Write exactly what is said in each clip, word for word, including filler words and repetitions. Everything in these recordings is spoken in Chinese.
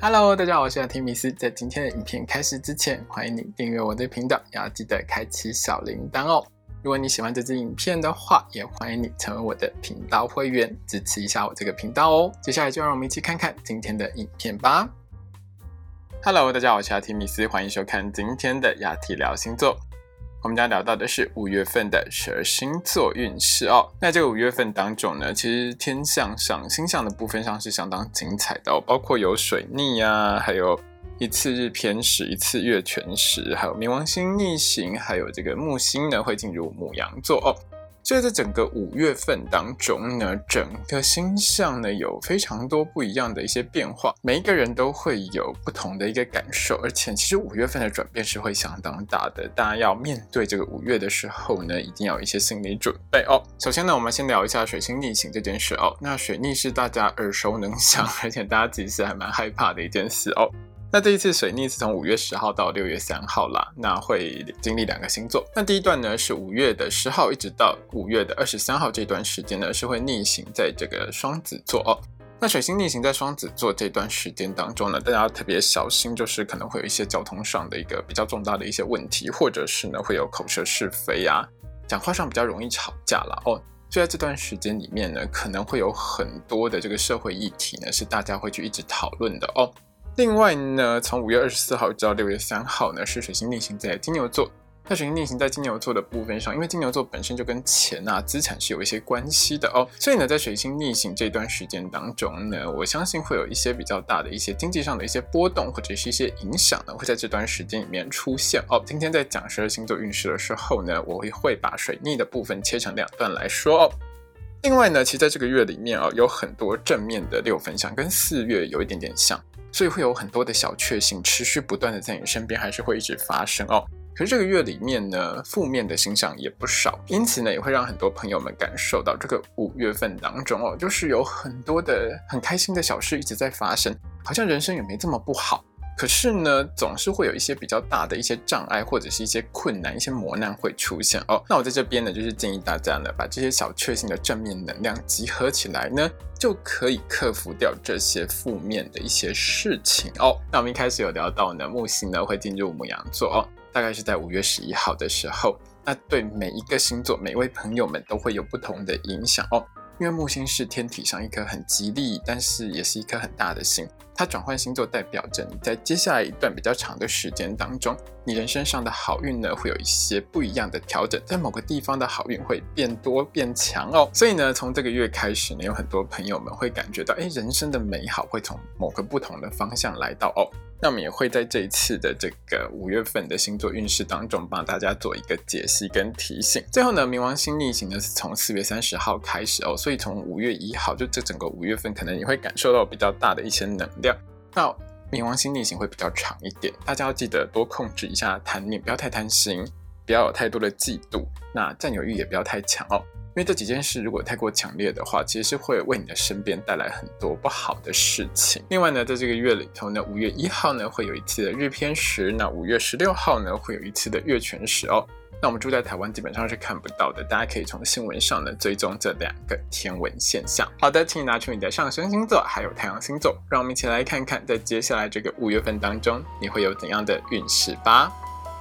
Hello， 大家好，我是阿提米斯。在今天的影片开始之前，欢迎你订阅我的频道，也要记得开启小铃铛哦。如果你喜欢这支影片的话，也欢迎你成为我的频道会员，支持一下我这个频道哦。接下来就让我们一起看看今天的影片吧。Hello， 大家好，我是阿提米斯，欢迎收看今天的雅提聊星座。我们将聊到的是五月份的十二星座运势哦。那这个五月份当中呢，其实天象上星象的部分上是相当精彩的哦，包括有水逆啊，还有一次日偏食，一次月全食，还有冥王星逆行，还有这个木星呢会进入牡羊座哦。所以在整个五月份当中呢，整个星象呢有非常多不一样的一些变化，每一个人都会有不同的一个感受，而且其实五月份的转变是会相当大的，大家要面对这个五月的时候呢，一定要有一些心理准备哦。首先呢，我们先聊一下水星逆行这件事哦。那水逆是大家耳熟能详，而且大家其实还蛮害怕的一件事哦。那这一次水逆是从五月十号到六月三号啦，那会经历两个星座。那第一段呢是五月的十号一直到五月的二十三号这段时间呢是会逆行在这个双子座哦。那水星逆行在双子座这段时间当中呢，大家要特别小心，就是可能会有一些交通上的一个比较重大的一些问题，或者是呢会有口舌是非啊，讲话上比较容易吵架啦哦。所以在这段时间里面呢，可能会有很多的这个社会议题呢是大家会去一直讨论的哦。另外呢，从五月二十四号到六月三号呢，是水星逆行在金牛座。那水星逆行在金牛座的部分上，因为金牛座本身就跟钱啊、资产是有一些关系的哦，所以呢，在水星逆行这段时间当中呢，我相信会有一些比较大的一些经济上的一些波动，或者是一些影响呢，会在这段时间里面出现哦。今天在讲十二星座运势的时候呢，我会把水逆的部分切成两段来说哦。另外呢，其实在这个月里面哦，有很多正面的六分相，跟四月有一点点像。所以会有很多的小确幸持续不断的在你身边，还是会一直发生哦。可是这个月里面呢，负面的星象也不少，因此呢，也会让很多朋友们感受到这个五月份当中哦，就是有很多的很开心的小事一直在发生，好像人生也没这么不好。可是呢，总是会有一些比较大的一些障碍，或者是一些困难、一些磨难会出现哦。那我在这边呢，就是建议大家呢，把这些小确幸的正面能量集合起来呢，就可以克服掉这些负面的一些事情哦。那我们一开始有聊到呢，木星呢会进入牡羊座哦，大概是在五月十一号的时候。那对每一个星座、每位朋友们都会有不同的影响哦。因为木星是天体上一颗很吉利，但是也是一颗很大的星，它转换星座代表着你在接下来一段比较长的时间当中，你人生上的好运呢会有一些不一样的调整，在某个地方的好运会变多变强哦。所以呢，从这个月开始呢，有很多朋友们会感觉到，哎，人生的美好会从某个不同的方向来到哦。那我们也会在这一次的这个五月份的星座运势当中帮大家做一个解析跟提醒。最后呢，冥王星逆行呢是从四月三十号开始哦，所以从五月一号就这整个五月份可能你会感受到比较大的一些能量。那冥王星逆行会比较长一点，大家要记得多控制一下贪念，不要太贪心，不要有太多的嫉妒，那占有欲也不要太强哦。因为这几件事如果太过强烈的话，其实是会为你的身边带来很多不好的事情。另外呢，在这个月里头呢，五月一号呢会有一次的日偏食，那五月十六号呢会有一次的月全食哦。那我们住在台湾基本上是看不到的，大家可以从新闻上呢追踪这两个天文现象。好的，请你拿出你的上升星座还有太阳星座，让我们一起来看看在接下来这个五月份当中你会有怎样的运势吧。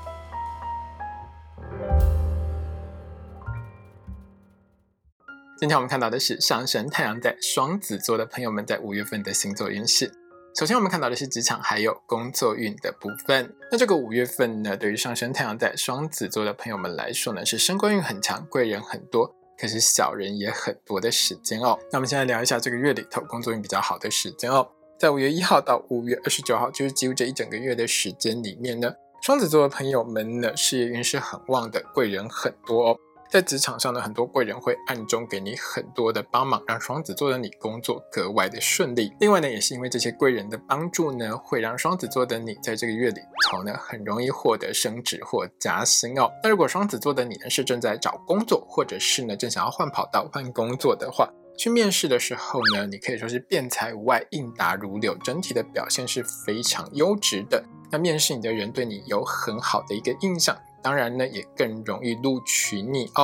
今天我们看到的是上升太阳在双子座的朋友们在五月份的星座运势。首先我们看到的是职场还有工作运的部分。那这个五月份呢，对于上升太阳在双子座的朋友们来说呢，是升官运很强，贵人很多，可是小人也很多的时间哦。那我们现在聊一下这个月里头工作运比较好的时间哦。在五月一号到五月二十九号，就是几乎这一整个月的时间里面呢，双子座的朋友们呢，事业运是很旺的，贵人很多哦。在职场上呢，很多贵人会暗中给你很多的帮忙，让双子座的你工作格外的顺利。另外呢，也是因为这些贵人的帮助呢，会让双子座的你在这个月里头呢，很容易获得升职或加薪哦。那如果双子座的你呢，是正在找工作，或者是呢，正想要换跑道、换工作的话，去面试的时候呢，你可以说是辩才无碍，应答如流，整体的表现是非常优质的。那面试你的人对你有很好的一个印象，当然呢，也更容易录取你哦。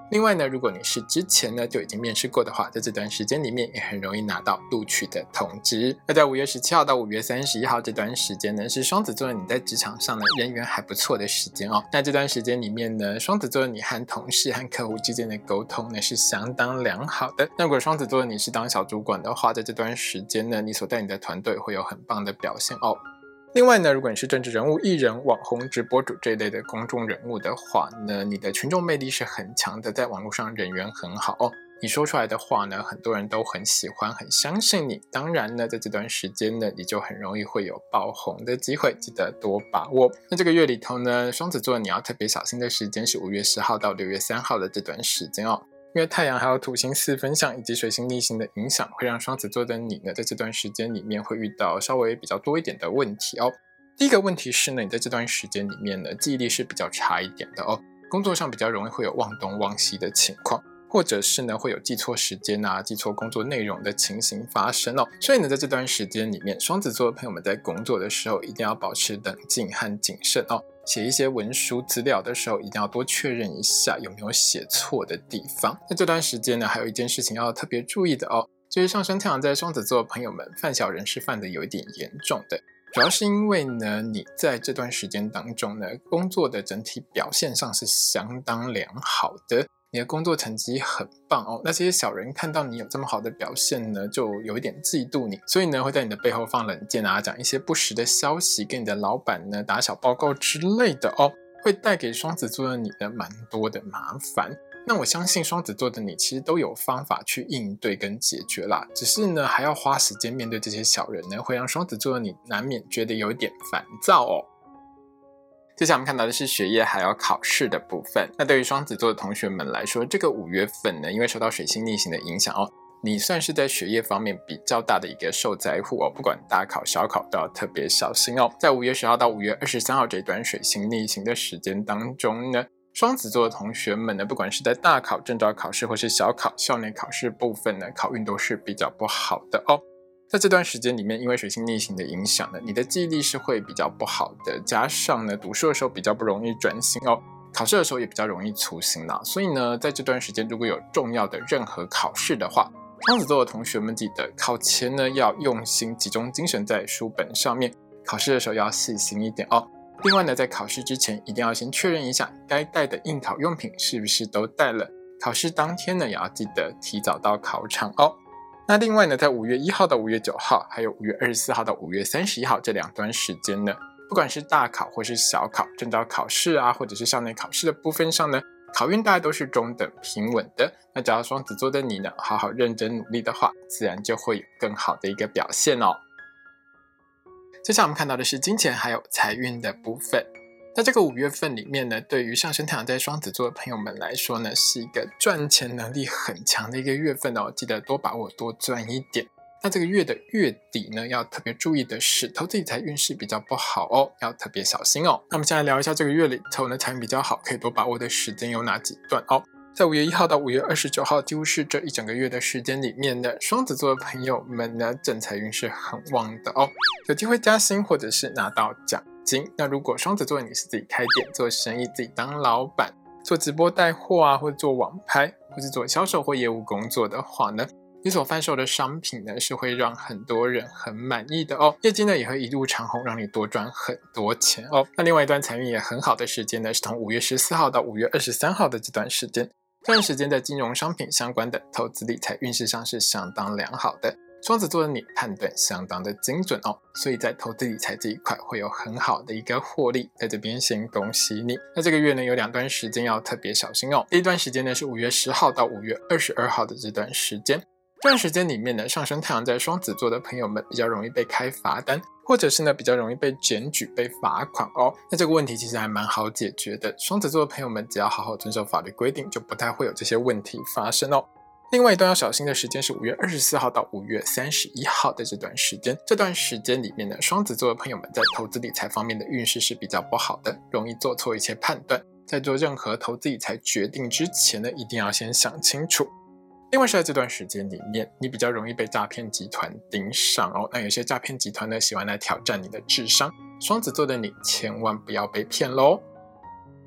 另外呢，如果你是之前呢就已经面试过的话，在这段时间里面也很容易拿到录取的通知。那在五月十七号到五月三十一号这段时间呢，是双子座的你在职场上呢人缘还不错的时间哦。那这段时间里面呢，双子座的你和同事和客户之间的沟通呢是相当良好的。那如果双子座的你是当小主管的话，在这段时间呢，你所带领的团队会有很棒的表现哦。另外呢，如果你是政治人物、艺人、网红、直播主这一类的公众人物的话呢，你的群众魅力是很强的，在网络上人缘很好哦。你说出来的话呢，很多人都很喜欢，很相信你。当然呢，在这段时间呢，你就很容易会有爆红的机会，记得多把握。那这个月里头呢，双子座你要特别小心的时间是五月十号到六月三号的这段时间哦。因为太阳还有土星四分相以及水星逆行的影响，会让双子座的你呢，在这段时间里面会遇到稍微比较多一点的问题哦。第一个问题是呢，你在这段时间里面呢，记忆力是比较差一点的哦，工作上比较容易会有忘东忘西的情况，或者是呢会有记错时间啊、记错工作内容的情形发生哦。所以呢，在这段时间里面，双子座的朋友们在工作的时候一定要保持冷静和谨慎哦。写一些文书资料的时候，一定要多确认一下有没有写错的地方。那这段时间呢，还有一件事情要特别注意的哦，就是上升太阳在双子座的朋友们，犯小人是犯的有一点严重的。主要是因为呢，你在这段时间当中呢，工作的整体表现上是相当良好的，你的工作成绩很棒哦。那这些小人看到你有这么好的表现呢，就有一点嫉妒你，所以呢，会在你的背后放冷箭啊，讲一些不实的消息，跟你的老板呢打小报告之类的哦，会带给双子座的你呢蛮多的麻烦。那我相信双子座的你其实都有方法去应对跟解决啦，只是呢还要花时间面对这些小人呢，会让双子座的你难免觉得有点烦躁哦。接下来我们看到的是学业还有考试的部分。那对于双子座的同学们来说，这个五月份呢，因为受到水星逆行的影响哦，你算是在学业方面比较大的一个受灾户哦，不管大考小考都要特别小心哦。在五月十号到五月二十三号这段水星逆行的时间当中呢，双子座的同学们呢，不管是在大考、证照考试或是小考、校内考试部分呢，考运都是比较不好的哦。在这段时间里面，因为水星逆行的影响呢，你的记忆力是会比较不好的，加上呢，读书的时候比较不容易专心哦，考试的时候也比较容易粗心啦。所以呢，在这段时间如果有重要的任何考试的话，双子座的同学们记得考前呢要用心集中精神在书本上面，考试的时候要细心一点哦。另外呢，在考试之前一定要先确认一下该带的应考用品是不是都带了，考试当天呢也要记得提早到考场哦。那另外呢，在五月一号到五月九号，还有五月二十四号到五月三十一号这两段时间呢，不管是大考或是小考、证照考试啊，或者是校内考试的部分上呢，考运大概都是中等平稳的。那只要双子座的你呢，好好认真努力的话，自然就会有更好的一个表现哦。接下来我们看到的是金钱还有财运的部分。在这个五月份里面呢，对于上升太阳在双子座的朋友们来说呢，是一个赚钱能力很强的一个月份哦，记得多把握多赚一点。那这个月的月底呢，要特别注意的是投资理财运势比较不好哦，要特别小心哦。那我们先来聊一下这个月里头呢，财运比较好可以多把握的时间有哪几段哦。在五月一号到五月二十九号，几乎是这一整个月的时间里面呢，双子座的朋友们呢，正财运是很旺的哦，有机会加薪或者是拿到奖金。那如果双子座你是自己开店做生意，自己当老板，做直播带货啊，或者做网拍，或是做销售或业务工作的话呢，你所贩售的商品呢，是会让很多人很满意的哦，业绩呢也会一路长红，让你多赚很多钱哦。那另外一段财运也很好的时间呢，是从五月十四号到五月二十三号的这段时间。这段时间在金融商品相关的投资理财运势上是相当良好的，双子座的你判断相当的精准哦，所以在投资理财这一块会有很好的一个获利，在这边先恭喜你。那这个月呢有两段时间要特别小心哦，第一段时间呢是五月十号到五月二十二号的这段时间。这段时间里面呢，上升太阳在双子座的朋友们比较容易被开罚单，或者是呢比较容易被检举、被罚款哦。那这个问题其实还蛮好解决的，双子座的朋友们只要好好遵守法律规定，就不太会有这些问题发生哦。另外一段要小心的时间是五月二十四号到五月三十一号的这段时间。这段时间里面呢，双子座的朋友们在投资理财方面的运势是比较不好的，容易做错一些判断。在做任何投资理财决定之前呢，一定要先想清楚。另外是在这段时间里面，你比较容易被诈骗集团盯上哦。那有些诈骗集团呢，喜欢来挑战你的智商，双子座的你千万不要被骗咯。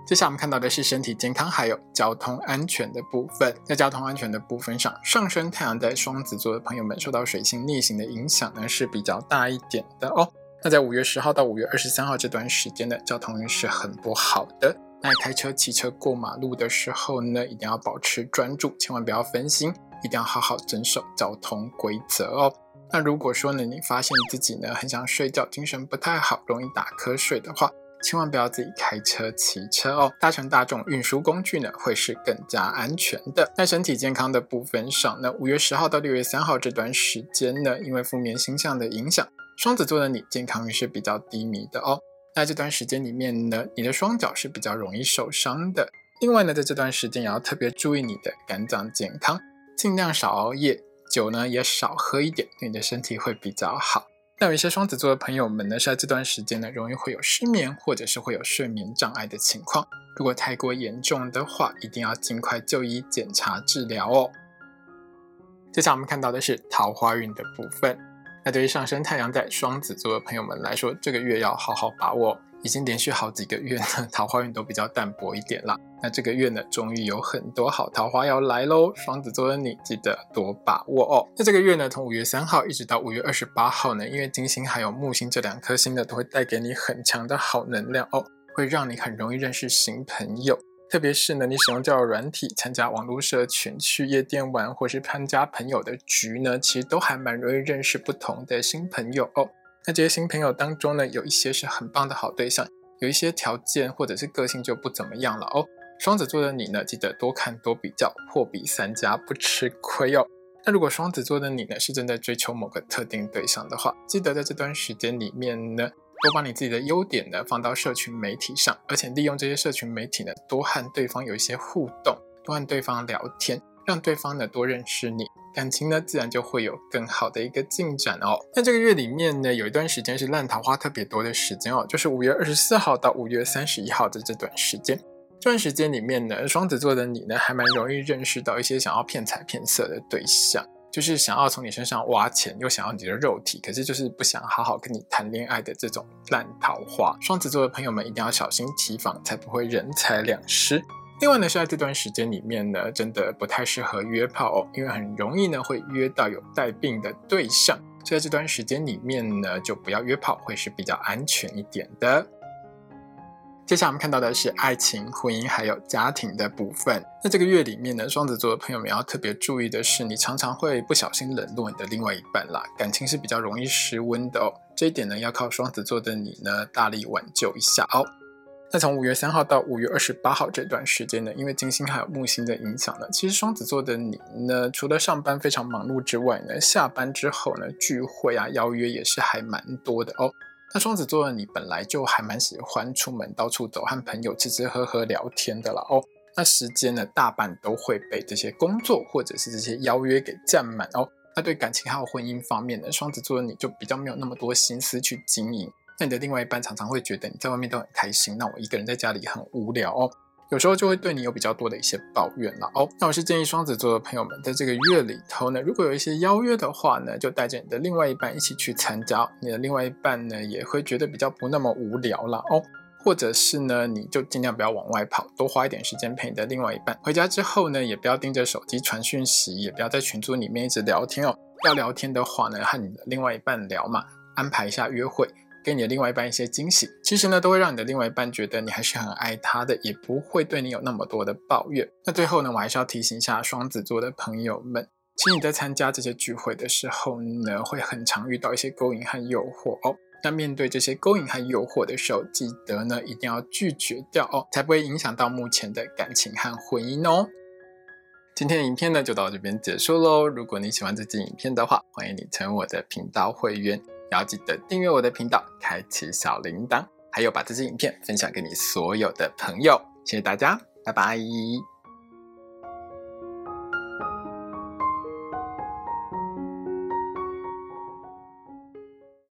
接下来我们看到的是身体健康还有交通安全的部分。在交通安全的部分上，上升太阳在双子座的朋友们受到水星逆行的影响呢是比较大一点的哦。那在五月十号到五月二十三号这段时间呢，交通运是很不好的。那开车骑车过马路的时候呢，一定要保持专注，千万不要分心，一定要好好遵守交通规则哦。那如果说呢，你发现自己呢很想睡觉，精神不太好，容易打瞌睡的话，千万不要自己开车骑车哦，搭乘大众运输工具呢会是更加安全的。在身体健康的部分上呢，五月十号到六月三号这段时间呢，因为负面星象的影响，双子座的你健康运是比较低迷的哦。在这段时间里面呢，你的双脚是比较容易受伤的。另外呢，在这段时间也要特别注意你的肝脏健康，尽量少熬夜，酒呢也少喝一点，对你的身体会比较好。那有一些双子座的朋友们呢，是在这段时间呢容易会有失眠或者是会有睡眠障碍的情况，如果太过严重的话，一定要尽快就医检查治疗哦。接下来我们看到的是桃花运的部分。那对于上升太阳在双子座的朋友们来说，这个月要好好把握，已经连续好几个月呢，桃花运都比较淡薄一点啦。那这个月呢，终于有很多好桃花要来咯，双子座的你记得多把握哦。那这个月呢，从五月三号一直到五月二十八号呢，因为金星还有木星这两颗星呢，都会带给你很强的好能量哦，会让你很容易认识新朋友。特别是呢，你使用交友软体、参加网络社群、去夜店玩，或是参加朋友的局呢，其实都还蛮容易认识不同的新朋友哦。那这些新朋友当中呢，有一些是很棒的好对象，有一些条件或者是个性就不怎么样了哦。双子座的你呢，记得多看多比较，货比三家不吃亏哦。那如果双子座的你呢，是正在追求某个特定对象的话，记得在这段时间里面呢，多把你自己的优点呢放到社群媒体上，而且利用这些社群媒体呢，多和对方有一些互动，多和对方聊天，让对方呢多认识你，感情呢自然就会有更好的一个进展哦。那这个月里面呢，有一段时间是烂桃花特别多的时间哦，就是五月二十四号到五月三十一号的这段时间。这段时间里面呢，双子座的你呢，还蛮容易认识到一些想要骗财骗色的对象，就是想要从你身上挖钱，又想要你的肉体，可是就是不想好好跟你谈恋爱的这种烂桃花。双子座的朋友们一定要小心提防，才不会人财两失。另外呢，是在这段时间里面呢，真的不太适合约炮哦，因为很容易呢会约到有带病的对象，所以在这段时间里面呢，就不要约炮，会是比较安全一点的。接下来我们看到的是爱情、婚姻还有家庭的部分。那这个月里面呢，双子座的朋友们要特别注意的是，你常常会不小心冷落你的另外一半啦，感情是比较容易失温的哦。这一点呢，要靠双子座的你呢大力挽救一下哦。那从五月三号到五月二十八号这段时间呢，因为金星还有木星的影响呢，其实双子座的你呢，除了上班非常忙碌之外呢，下班之后呢，聚会啊、邀约也是还蛮多的哦。那双子座的你本来就还蛮喜欢出门到处走，和朋友吃吃喝喝聊天的啦哦。那时间呢，大半都会被这些工作或者是这些邀约给占满哦。那对感情还有婚姻方面呢，双子座的你就比较没有那么多心思去经营。那你的另外一半常常会觉得你在外面都很开心，那我一个人在家里很无聊哦。有时候就会对你有比较多的一些抱怨了哦。那我是建议双子座的朋友们，在这个月里头呢，如果有一些邀约的话呢，就带着你的另外一半一起去参加，你的另外一半呢也会觉得比较不那么无聊了哦。或者是呢，你就尽量不要往外跑，多花一点时间陪你的另外一半。回家之后呢，也不要盯着手机传讯息，也不要在群组里面一直聊天哦。要聊天的话呢，和你的另外一半聊嘛，安排一下约会，给你的另外一半一些惊喜，其实呢都会让你的另外一半觉得你还是很爱他的，也不会对你有那么多的抱怨。那最后呢，我还是要提醒一下双子座的朋友们，其实你在参加这些聚会的时候呢，会很常遇到一些勾引和诱惑哦。那面对这些勾引和诱惑的时候，记得呢一定要拒绝掉哦，才不会影响到目前的感情和婚姻哦。今天的影片呢就到这边结束咯。如果你喜欢这支影片的话，欢迎你成为我的频道会员，也要记得订阅我的频道，开启小铃铛，还有把这支影片分享给你所有的朋友。谢谢大家，拜拜。